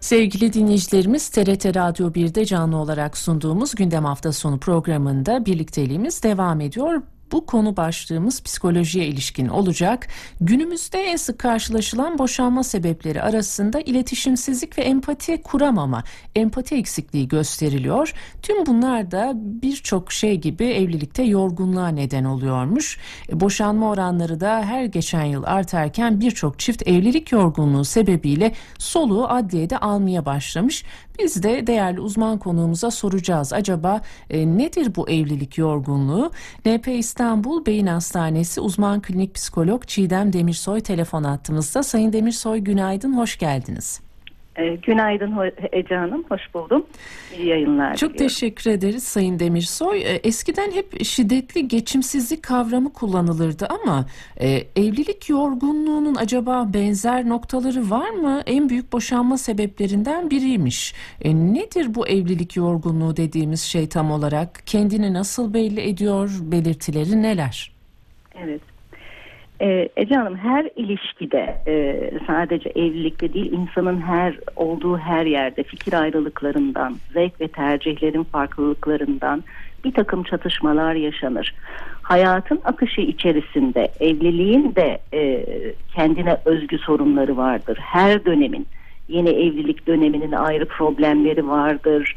Sevgili dinleyicilerimiz, TRT Radyo 1'de canlı olarak sunduğumuz Gündem Hafta Sonu programında birlikteliğimiz devam ediyor. Bu konu başlığımız psikolojiye ilişkin olacak. Günümüzde en sık karşılaşılan boşanma sebepleri arasında iletişimsizlik ve empati kuramama, empati eksikliği gösteriliyor. Tüm bunlar da birçok şey gibi evlilikte yorgunluğa neden oluyormuş. Boşanma oranları da her geçen yıl artarken birçok çift evlilik yorgunluğu sebebiyle soluğu adliyede almaya başlamış. Biz de değerli uzman konuğumuza soracağız. Acaba nedir bu evlilik yorgunluğu? NP İstanbul Beyin Hastanesi uzman klinik psikolog Çiğdem Demirsoy telefon hattımızda. Sayın Demirsoy, günaydın, hoş geldiniz. Günaydın Ece Hanım, hoş buldum. İyi yayınlar Çok diliyorum. teşekkür ederiz Sayın Demirsoy. Eskiden hep şiddetli geçimsizlik kavramı kullanılırdı ama evlilik yorgunluğunun acaba benzer noktaları var mı? En büyük boşanma sebeplerinden biriymiş. Nedir bu evlilik yorgunluğu dediğimiz şey tam olarak? Kendini nasıl belli ediyor? Belirtileri neler? Evet. Ece Hanım, her ilişkide sadece evlilikte değil, insanın olduğu her yerde fikir ayrılıklarından, zevk ve tercihlerin farklılıklarından bir takım çatışmalar yaşanır. Hayatın akışı içerisinde evliliğin de kendine özgü sorunları vardır. Her dönemin, yeni evlilik döneminin ayrı problemleri vardır.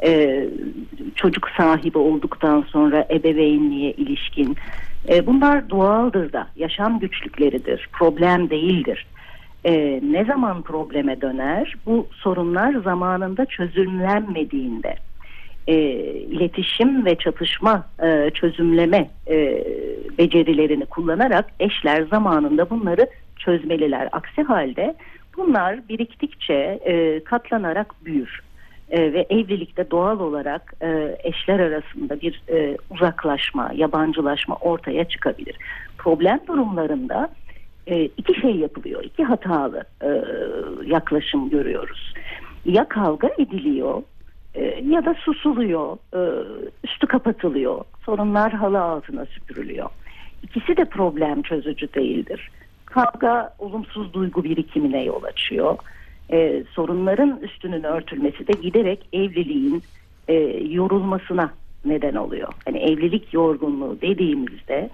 Çocuk sahibi olduktan sonra ebeveynliğe ilişkin. Bunlar doğaldır da, yaşam güçlükleridir, problem değildir. Ne zaman probleme döner? Bu sorunlar zamanında çözümlenmediğinde, iletişim ve çatışma çözümleme becerilerini kullanarak eşler zamanında bunları çözmeliler. Aksi halde bunlar biriktikçe katlanarak büyür. Ve evlilikte doğal olarak eşler arasında bir uzaklaşma, yabancılaşma ortaya çıkabilir. Problem durumlarında iki şey yapılıyor, iki hatalı yaklaşım görüyoruz. Ya kavga ediliyor ya da susuluyor, üstü kapatılıyor, sorunlar halı altına süpürülüyor. İkisi de problem çözücü değildir. Kavga olumsuz duygu birikimine yol açıyor. Sorunların üstünün örtülmesi de giderek evliliğin yorulmasına neden oluyor. Hani evlilik yorgunluğu dediğimizde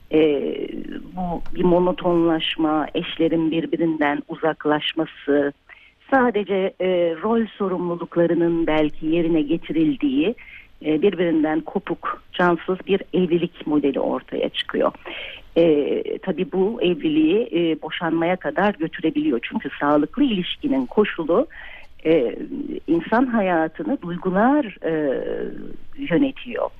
bu bir monotonlaşma, eşlerin birbirinden uzaklaşması, sadece rol sorumluluklarının belki yerine getirildiği birbirinden kopuk, cansız bir evlilik modeli ortaya çıkıyor. Tabii bu evliliği boşanmaya kadar götürebiliyor. Çünkü sağlıklı ilişkinin koşulu insan hayatını duygular yönetiyor.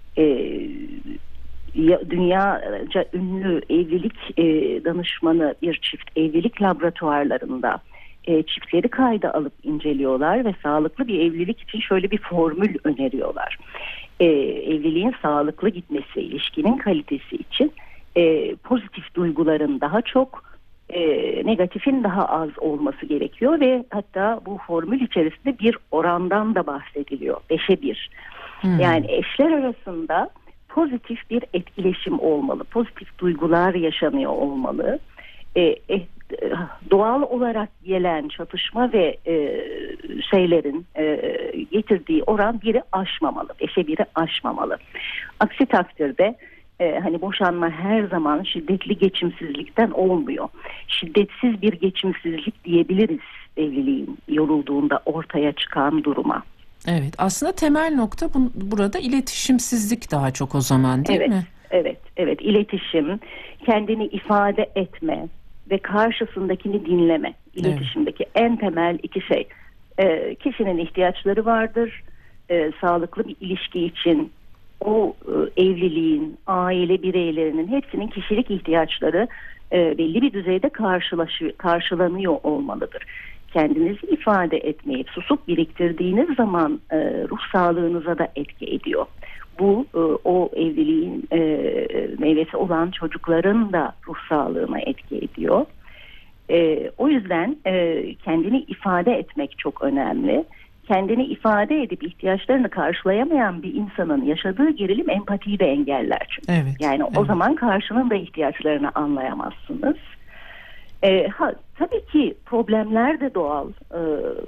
Dünyaca ünlü evlilik danışmanı bir çift evlilik laboratuvarlarında çiftleri kayda alıp inceliyorlar ve sağlıklı bir evlilik için şöyle bir formül öneriyorlar. Evliliğin sağlıklı gitmesi, ilişkinin kalitesi için pozitif duyguların daha çok, negatifin daha az olması gerekiyor ve hatta bu formül içerisinde bir orandan da bahsediliyor. 5'e 1. Yani eşler arasında pozitif bir etkileşim olmalı. Pozitif duygular yaşanıyor olmalı. Doğal olarak gelen çatışma ve şeylerin getirdiği oran 1'i aşmamalı. 5'e 1'i aşmamalı. Aksi takdirde hani boşanma her zaman şiddetli geçimsizlikten olmuyor. Şiddetsiz bir geçimsizlik diyebiliriz evliliğin yorulduğunda ortaya çıkan duruma. Evet, aslında temel nokta burada iletişimsizlik daha çok o zaman, değil mi? Evet. İletişim, kendini ifade etme ve karşısındakini dinleme. İletişimdeki en temel iki şey. Kişinin ihtiyaçları vardır. Sağlıklı bir ilişki için o evliliğin, aile bireylerinin hepsinin kişilik ihtiyaçları belli bir düzeyde karşılanıyor olmalıdır. Kendinizi ifade etmeyip susup biriktirdiğiniz zaman ruh sağlığınıza da etki ediyor. Bu o evliliğin meyvesi olan çocukların da ruh sağlığına etki ediyor. O yüzden kendini ifade etmek çok önemli. Kendini ifade edip ihtiyaçlarını karşılayamayan bir insanın yaşadığı gerilim empatiyi de engeller çünkü. Yani o zaman karşının da ihtiyaçlarını anlayamazsınız. Tabii ki problemler de doğal.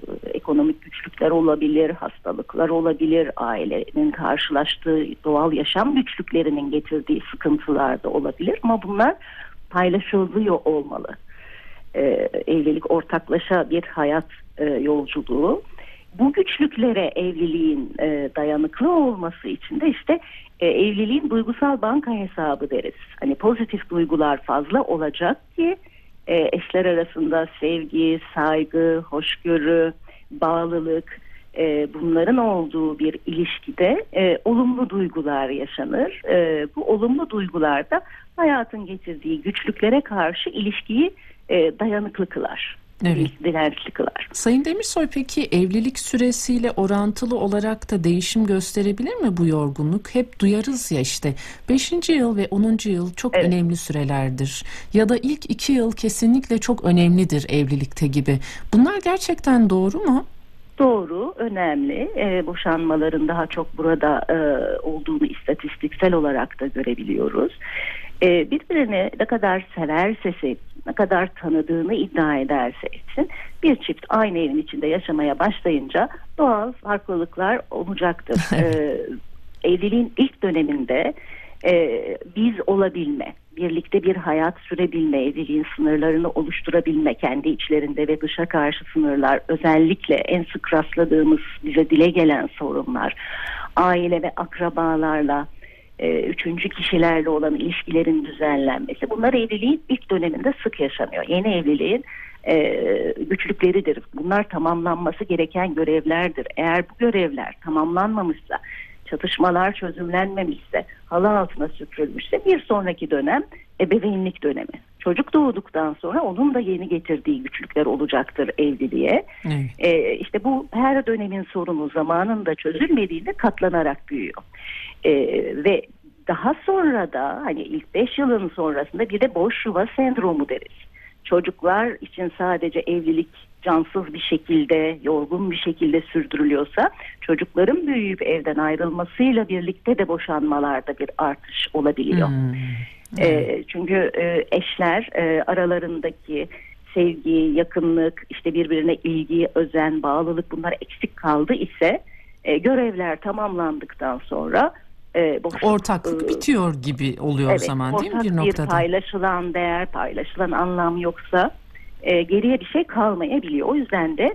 ekonomik güçlükler olabilir, hastalıklar olabilir, ailenin karşılaştığı doğal yaşam güçlüklerinin getirdiği sıkıntılar da olabilir. Ama bunlar paylaşılıyor olmalı. Evlilik ortaklaşa bir hayat yolculuğu. Bu güçlüklere evliliğin dayanıklı olması için de işte evliliğin duygusal banka hesabı deriz. Hani pozitif duygular fazla olacak ki eşler arasında sevgi, saygı, hoşgörü, bağlılık, bunların olduğu bir ilişkide olumlu duygular yaşanır. Bu olumlu duygular da hayatın getirdiği güçlüklere karşı ilişkiyi dayanıklı kılar. Evet. Dirençli kılar. Sayın Demirsoy, peki evlilik süresiyle orantılı olarak da değişim gösterebilir mi bu yorgunluk? Hep duyarız ya işte 5. yıl ve 10. yıl çok önemli sürelerdir. Ya da ilk 2 yıl kesinlikle çok önemlidir evlilikte gibi. Bunlar gerçekten doğru mu? Doğru, önemli. Boşanmaların daha çok burada olduğunu istatistiksel olarak da görebiliyoruz. Birbirini ne kadar severse ne kadar tanıdığını iddia ederse etsin, bir çift aynı evin içinde yaşamaya başlayınca doğal farklılıklar olacaktır. Evliliğin ilk döneminde biz olabilme, birlikte bir hayat sürebilme, evliliğin sınırlarını oluşturabilme, kendi içlerinde ve dışa karşı sınırlar, özellikle en sık rastladığımız, bize dile gelen sorunlar, aile ve akrabalarla, üçüncü kişilerle olan ilişkilerin düzenlenmesi, bunlar evliliğin ilk döneminde sık yaşanıyor. Yeni evliliğin güçlükleridir. Bunlar tamamlanması gereken görevlerdir. Eğer bu görevler tamamlanmamışsa, çatışmalar çözümlenmemişse, halı altına süpürülmüşse bir sonraki dönem ebeveynlik dönemi. Çocuk doğduktan sonra onun da yeni getirdiği güçlükler olacaktır evliliğe. İşte bu her dönemin sorunu zamanında çözülmediğinde katlanarak büyüyor. Ve daha sonra da hani ilk 5 yılın sonrasında bir de boş yuva sendromu deriz. Çocuklar için sadece evlilik cansız bir şekilde, yorgun bir şekilde sürdürülüyorsa, çocukların büyüyüp evden ayrılmasıyla birlikte de boşanmalarda bir artış olabiliyor. Çünkü eşler aralarındaki sevgi, yakınlık, işte birbirine ilgi, özen, bağlılık, bunlar eksik kaldı ise görevler tamamlandıktan sonra ortaklık bitiyor gibi oluyor o zaman, değil mi bir noktada? Bir paylaşılan değer, paylaşılan anlam yoksa geriye bir şey kalmayabiliyor. O yüzden de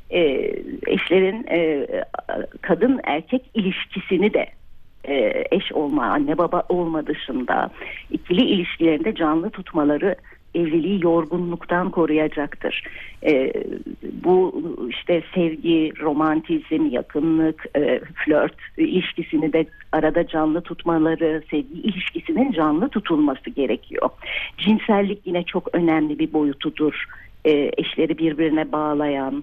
eşlerin kadın erkek ilişkisini de eş olma, anne baba olma dışında ikili ilişkilerinde canlı tutmaları evliliği yorgunluktan koruyacaktır. Bu işte sevgi, romantizm, yakınlık, flört ilişkisini de arada canlı tutmaları, sevgi ilişkisinin canlı tutulması gerekiyor. Cinsellik yine çok önemli bir boyutudur. Eşleri birbirine bağlayan,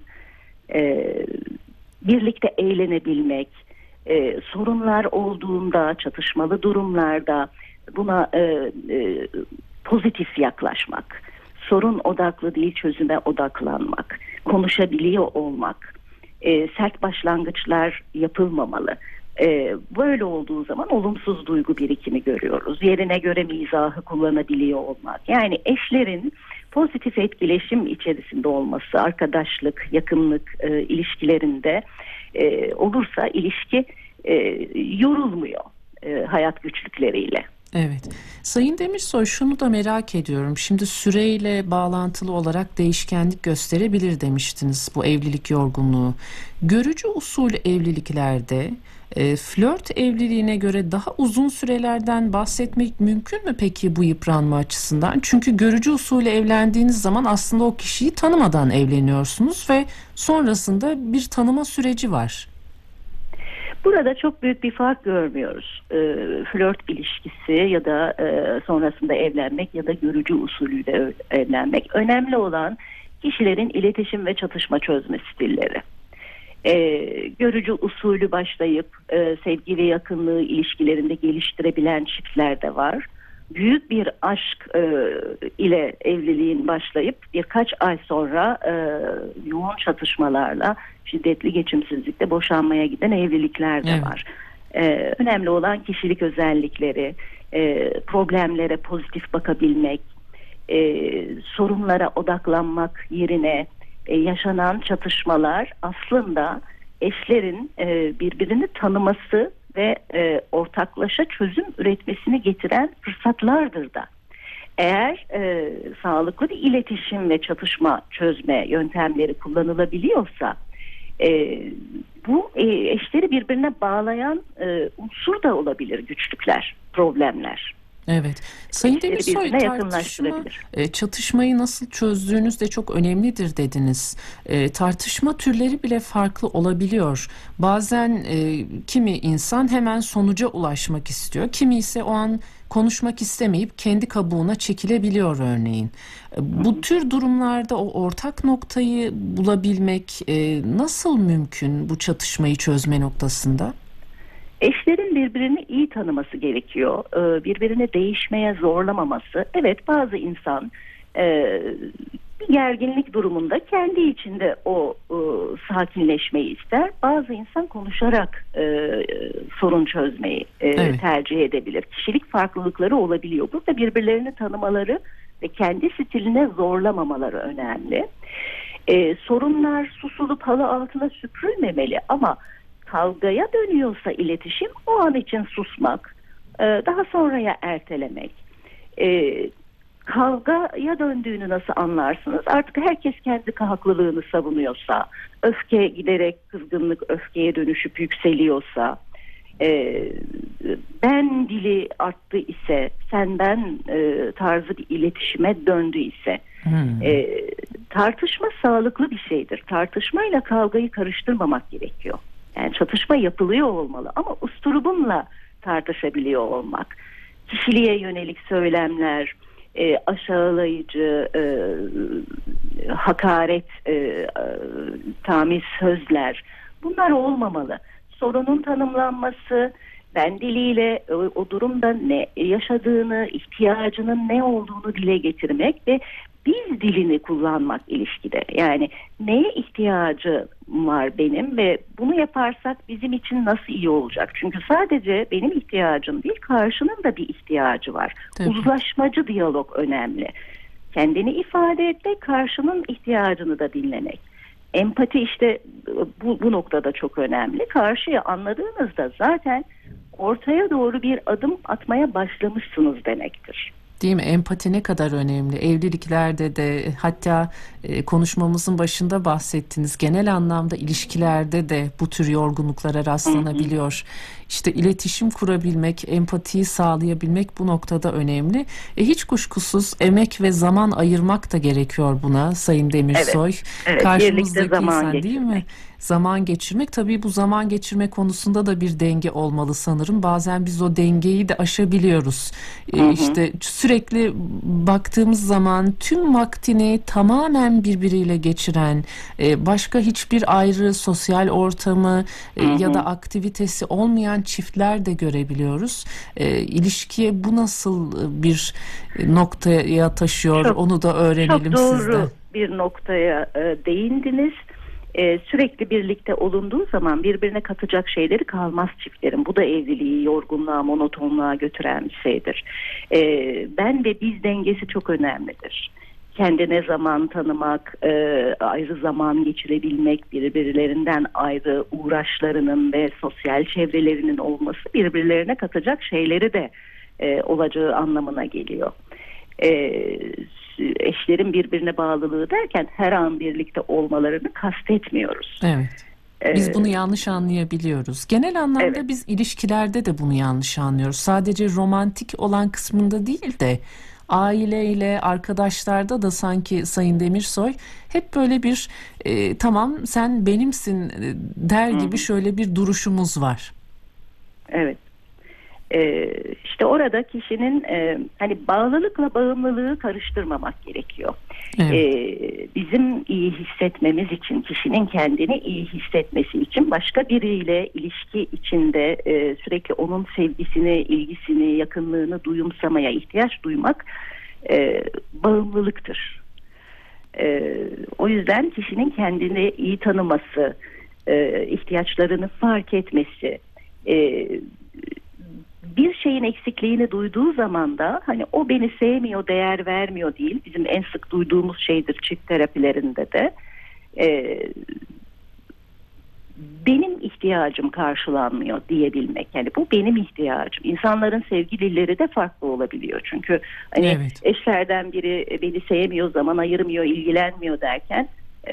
birlikte eğlenebilmek, sorunlar olduğunda, çatışmalı durumlarda buna pozitif yaklaşmak, sorun odaklı değil çözüme odaklanmak, konuşabiliyor olmak, sert başlangıçlar yapılmamalı. Böyle olduğu zaman olumsuz duygu birikimi görüyoruz. Yerine göre mizahı kullanabiliyor olmak. Yani eşlerin pozitif etkileşim içerisinde olması, arkadaşlık, yakınlık ilişkilerinde olursa ilişki yorulmuyor hayat güçlükleriyle. Evet. Sayın Demirsoy, şunu da merak ediyorum. Şimdi süreyle bağlantılı olarak değişkenlik gösterebilir demiştiniz bu evlilik yorgunluğu. Görücü usul evliliklerde flört evliliğine göre daha uzun sürelerden bahsetmek mümkün mü peki bu yıpranma açısından? Çünkü görücü usulü evlendiğiniz zaman aslında o kişiyi tanımadan evleniyorsunuz ve sonrasında bir tanıma süreci var. Burada çok büyük bir fark görmüyoruz. Flört ilişkisi ya da sonrasında evlenmek ya da görücü usulüyle evlenmek. Önemli olan kişilerin iletişim ve çatışma çözme stilleri. Görücü usulü başlayıp sevgi ve yakınlığı ilişkilerinde geliştirebilen çiftler de var. Büyük bir aşk ile evliliğin başlayıp birkaç ay sonra yoğun çatışmalarla, şiddetli geçimsizlikle boşanmaya giden evlilikler de var. Önemli olan kişilik özellikleri, problemlere pozitif bakabilmek, sorunlara odaklanmak yerine yaşanan çatışmalar aslında eşlerin birbirini tanıması ve ortaklaşa çözüm üretmesini getiren fırsatlardır da. Eğer sağlıklı bir iletişim ve çatışma çözme yöntemleri kullanılabiliyorsa bu eşleri birbirine bağlayan unsur da olabilir, güçlükler, problemler. Evet. Sayın Demirsoy, çatışmayı nasıl çözdüğünüz de çok önemlidir dediniz. Tartışma türleri bile farklı olabiliyor. Bazen kimi insan hemen sonuca ulaşmak istiyor. Kimi ise o an konuşmak istemeyip kendi kabuğuna çekilebiliyor örneğin. Bu tür durumlarda o ortak noktayı bulabilmek nasıl mümkün bu çatışmayı çözme noktasında? Eşlerin birbirini iyi tanıması gerekiyor. Birbirini değişmeye zorlamaması. Evet, bazı insan bir gerginlik durumunda kendi içinde o sakinleşmeyi ister. Bazı insan konuşarak sorun çözmeyi tercih edebilir. Kişilik farklılıkları olabiliyor. Burada birbirlerini tanımaları ve kendi stiline zorlamamaları önemli. Sorunlar susulup halı altına süpürülmemeli ama kavgaya dönüyorsa iletişim, o an için susmak, daha sonraya ertelemek. Kavgaya döndüğünü nasıl anlarsınız? Artık herkes kendi haklılığını savunuyorsa, öfke giderek kızgınlık öfkeye dönüşüp yükseliyorsa, ben dili arttı ise, sen ben tarzı bir iletişime döndü ise, tartışma sağlıklı bir şeydir. Tartışmayla kavgayı karıştırmamak gerekiyor. Yani çatışma yapılıyor olmalı ama usturubunla tartışabiliyor olmak. Kişiliğe yönelik söylemler, aşağılayıcı, hakaret, tamiz sözler, bunlar olmamalı. Sorunun tanımlanması, ben diliyle o durumda ne yaşadığını, ihtiyacının ne olduğunu dile getirmek ve biz dilini kullanmak ilişkide. Yani neye ihtiyacım var benim ve bunu yaparsak bizim için nasıl iyi olacak? Çünkü sadece benim ihtiyacım değil, karşının da bir ihtiyacı var. Tabii. Uzlaşmacı diyalog önemli. Kendini ifade etmek, karşının ihtiyacını da dinlemek. Empati işte bu noktada çok önemli. Karşıyı anladığınızda zaten ortaya doğru bir adım atmaya başlamışsınız demektir. Değil mi? Empati ne kadar önemli. Evliliklerde de, hatta konuşmamızın başında bahsettiniz. Genel anlamda ilişkilerde de bu tür yorgunluklara rastlanabiliyor. İşte iletişim kurabilmek, empatiyi sağlayabilmek bu noktada önemli. Hiç kuşkusuz emek ve zaman ayırmak da gerekiyor buna Sayın Demirsoy. Evet, karşımızdaki insan geçirmek. değil mi? Zaman geçirmek, tabii bu zaman geçirme konusunda da bir denge olmalı sanırım. Bazen biz o dengeyi de aşabiliyoruz. İşte sürekli baktığımız zaman tüm vaktini tamamen birbiriyle geçiren, başka hiçbir ayrı sosyal ortamı ya da aktivitesi olmayan çiftler de görebiliyoruz. İlişkiye bu nasıl bir noktaya taşıyor, onu da öğrenelim sizden. Çok doğru bir noktaya değindiniz. Sürekli birlikte olunduğu zaman birbirine katacak şeyleri kalmaz çiftlerin. Bu da evliliği yorgunluğa, monotonluğa götüren bir şeydir. Ben ve biz dengesi çok önemlidir. Kendine zaman tanımak, ayrı zaman geçirebilmek, birbirlerinden ayrı uğraşlarının ve sosyal çevrelerinin olması birbirlerine katacak şeyleri de olacağı anlamına geliyor. Eşlerin birbirine bağlılığı derken her an birlikte olmalarını kastetmiyoruz. Evet. Biz bunu yanlış anlayabiliyoruz. Genel anlamda biz ilişkilerde de bunu yanlış anlıyoruz. Sadece romantik olan kısmında değil de aileyle, arkadaşlarda da sanki Sayın Demirsoy hep böyle bir tamam sen benimsin der gibi şöyle bir duruşumuz var. Evet. İşte orada kişinin hani bağlılıkla bağımlılığı karıştırmamak gerekiyor. Evet. Bizim iyi hissetmemiz için, kişinin kendini iyi hissetmesi için başka biriyle ilişki içinde sürekli onun sevgisini, ilgisini, yakınlığını duyumsamaya ihtiyaç duymak bağımlılıktır. O yüzden kişinin kendini iyi tanıması, ihtiyaçlarını fark etmesi, bir şeyin eksikliğini duyduğu zaman da hani o beni sevmiyor, değer vermiyor değil. Bizim en sık duyduğumuz şeydir çift terapilerinde de. benim ihtiyacım karşılanmıyor diyebilmek. Yani bu benim ihtiyacım. İnsanların sevgi dilleri de farklı olabiliyor. Çünkü hani Evet. eşlerden biri beni sevmiyor, zaman ayırmıyor, ilgilenmiyor derken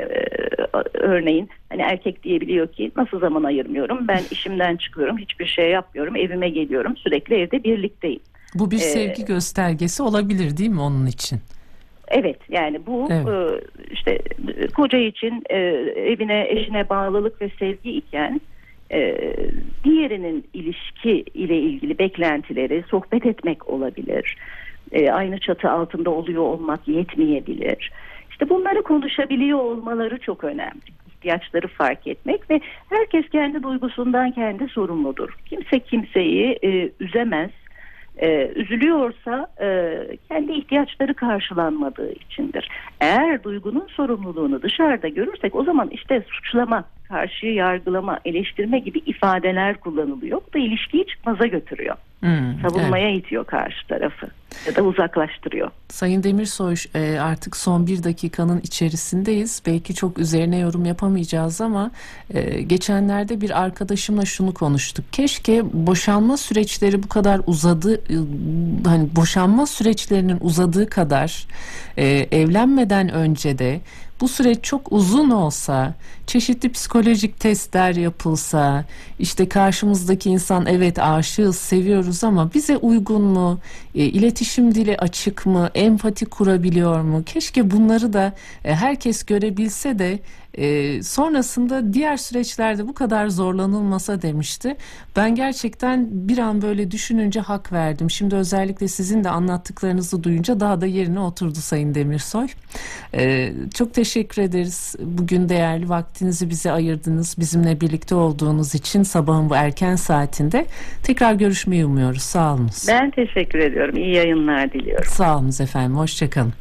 örneğin hani erkek diyebiliyor ki nasıl zaman ayırmıyorum? Ben işimden çıkıyorum, hiçbir şey yapmıyorum, evime geliyorum, sürekli evde birlikteyim. Bu bir sevgi göstergesi olabilir değil mi onun için? Evet, yani bu Evet. işte koca için evine, eşine bağlılık ve sevgi iken diğerinin ilişki ile ilgili beklentileri sohbet etmek olabilir. Aynı çatı altında oluyor olmak yetmeyebilir. İşte bunları konuşabiliyor olmaları çok önemli. İhtiyaçları fark etmek ve herkes kendi duygusundan kendi sorumludur. Kimse kimseyi üzemez. Üzülüyorsa kendi ihtiyaçları karşılanmadığı içindir. Eğer duygunun sorumluluğunu dışarıda görürsek o zaman işte suçlama, karşıyı yargılama, eleştirme gibi ifadeler kullanılıyor. Bu da ilişkiyi çıkmaza götürüyor. Savunmaya itiyor karşı tarafı ya da uzaklaştırıyor. Sayın Demirsoy, artık son bir dakikanın içerisindeyiz. Belki çok üzerine yorum yapamayacağız ama geçenlerde bir arkadaşımla şunu konuştuk. Keşke boşanma süreçleri bu kadar uzadı, hani boşanma süreçlerinin uzadığı kadar evlenmeden önce de bu süreç çok uzun olsa, çeşitli psikolojik testler yapılsa, işte karşımızdaki insan evet aşığız, seviyoruz ama bize uygun mu, iletişim dili açık mı, empati kurabiliyor mu? Keşke bunları da herkes görebilse de sonrasında diğer süreçlerde bu kadar zorlanılmasa demişti. Ben gerçekten bir an böyle düşününce hak verdim. Şimdi özellikle sizin de anlattıklarınızı duyunca daha da yerine oturdu Sayın Demirsoy. Çok teşekkür ederiz. Bugün değerli vaktinizi bize ayırdınız. Bizimle birlikte olduğunuz için sabahın bu erken saatinde tekrar görüşmeyi umuyoruz. Sağ olunuz. Ben teşekkür ediyorum. İyi yayınlar diliyorum. Sağ olunuz efendim. Hoşça kalın.